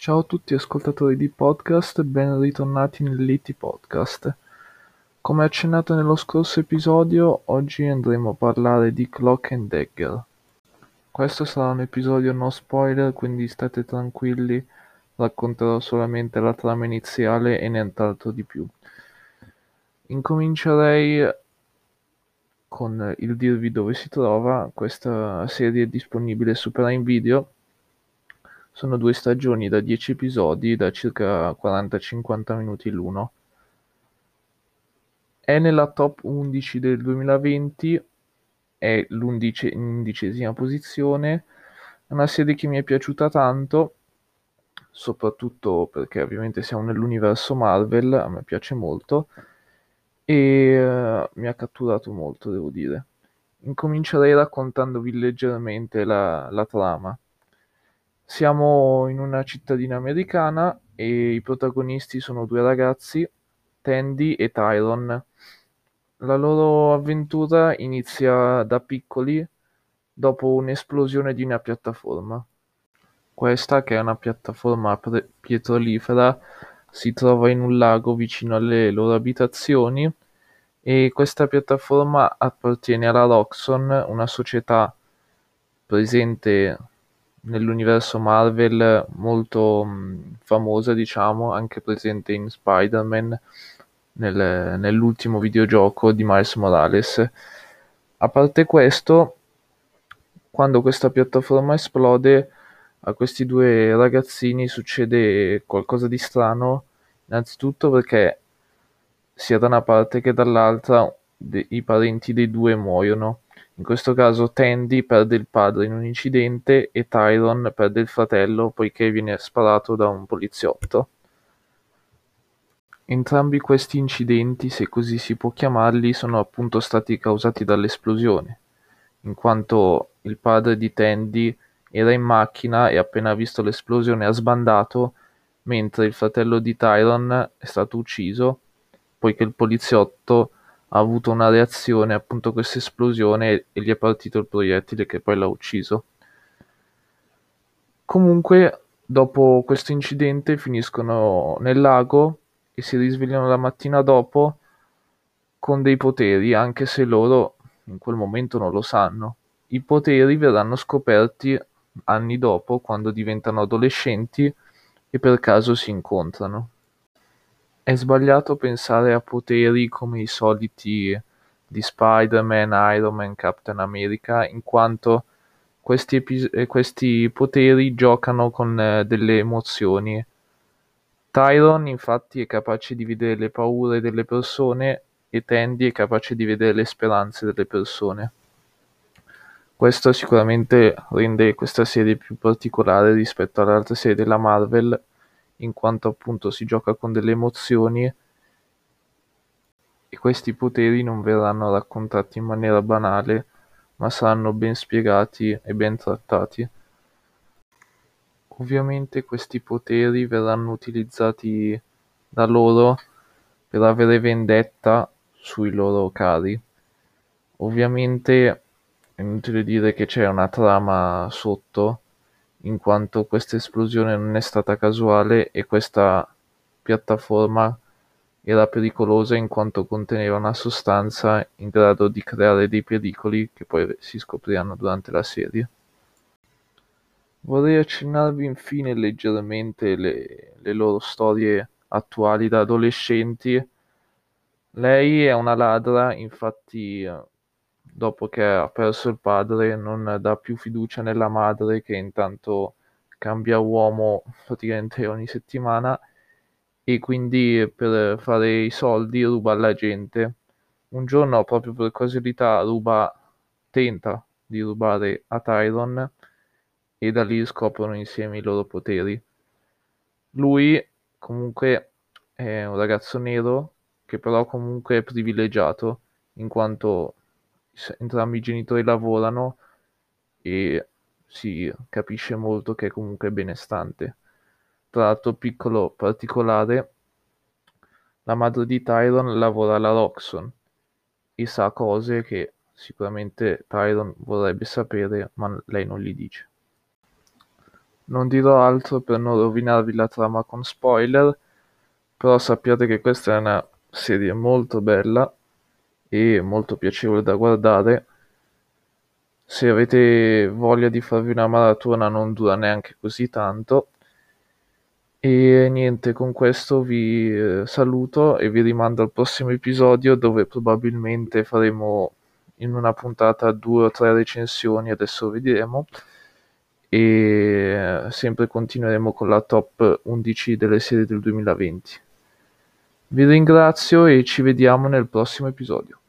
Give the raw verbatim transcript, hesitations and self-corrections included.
Ciao a tutti ascoltatori di podcast, ben ritornati nell'I T Podcast. Come accennato nello scorso episodio, oggi andremo a parlare di Cloak and Dagger. Questo sarà un episodio no spoiler, quindi state tranquilli, racconterò solamente la trama iniziale e nient'altro di più. Incomincerei con il dirvi dove si trova. Questa serie è disponibile su Prime Video. Sono due stagioni da dieci episodi, da circa quaranta cinquanta minuti l'uno. È nella top undici del duemilaventi, è l'undicesima posizione. È una serie che mi è piaciuta tanto, soprattutto perché ovviamente siamo nell'universo Marvel, a me piace molto, e uh, mi ha catturato molto, devo dire. Incomincerei raccontandovi leggermente la, la trama. Siamo in una cittadina americana e i protagonisti sono due ragazzi, Tandy e Tyron. La loro avventura inizia da piccoli, dopo un'esplosione di una piattaforma. Questa, che è una piattaforma pre- pietrolifera, si trova in un lago vicino alle loro abitazioni e questa piattaforma appartiene alla Roxxon, una società presente nell'universo Marvel molto mh, famosa, diciamo, anche presente in Spider-Man, nel- nell'ultimo videogioco di Miles Morales. A parte questo, quando questa piattaforma esplode, a questi due ragazzini succede qualcosa di strano, innanzitutto perché sia da una parte che dall'altra de- i parenti dei due muoiono. In questo caso Tandy perde il padre in un incidente e Tyron perde il fratello poiché viene sparato da un poliziotto. Entrambi questi incidenti, se così si può chiamarli, sono appunto stati causati dall'esplosione, in quanto il padre di Tandy era in macchina e appena visto l'esplosione ha sbandato, mentre il fratello di Tyron è stato ucciso, poiché il poliziotto ha avuto una reazione appunto a questa esplosione e gli è partito il proiettile che poi l'ha ucciso. Comunque, dopo questo incidente finiscono nel lago e si risvegliano la mattina dopo con dei poteri, anche se loro in quel momento non lo sanno. I poteri verranno scoperti anni dopo, quando diventano adolescenti e per caso si incontrano. È sbagliato pensare a poteri come i soliti di Spider-Man, Iron Man, Captain America, in quanto questi, epis- eh, questi poteri giocano con eh, delle emozioni. Tyron infatti è capace di vedere le paure delle persone e Tandy è capace di vedere le speranze delle persone. Questo sicuramente rende questa serie più particolare rispetto alle altre serie della Marvel, in quanto appunto si gioca con delle emozioni e questi poteri non verranno raccontati in maniera banale, ma saranno ben spiegati e ben trattati. Ovviamente questi poteri verranno utilizzati da loro per avere vendetta sui loro cari. Ovviamente è inutile dire che c'è una trama sotto, in quanto questa esplosione non è stata casuale e questa piattaforma era pericolosa in quanto conteneva una sostanza in grado di creare dei pericoli che poi si scopriranno durante la serie. Vorrei accennarvi infine leggermente le, le loro storie attuali da adolescenti. Lei è una ladra, infatti, eh, dopo che ha perso il padre, non dà più fiducia nella madre, che intanto cambia uomo praticamente ogni settimana, e quindi per fare i soldi ruba alla gente. Un giorno, proprio per casualità, ruba, tenta di rubare a Tyron e da lì scoprono insieme i loro poteri. Lui comunque è un ragazzo nero che però comunque è privilegiato in quanto s- entrambi i genitori lavorano e si capisce molto che è comunque benestante. Tra l'altro, piccolo particolare, la madre di Tyron lavora alla Roxxon e sa cose che sicuramente Tyron vorrebbe sapere, ma lei non gli dice. Non dirò altro per non rovinarvi la trama con spoiler, però sappiate che questa è una serie molto bella e molto piacevole da guardare. Se avete voglia di farvi una maratona non dura neanche così tanto. E niente, con questo vi eh, saluto e vi rimando al prossimo episodio dove probabilmente faremo in una puntata due o tre recensioni, adesso vedremo, e eh, sempre continueremo con la top undici delle serie del duemilaventi. Vi ringrazio e ci vediamo nel prossimo episodio.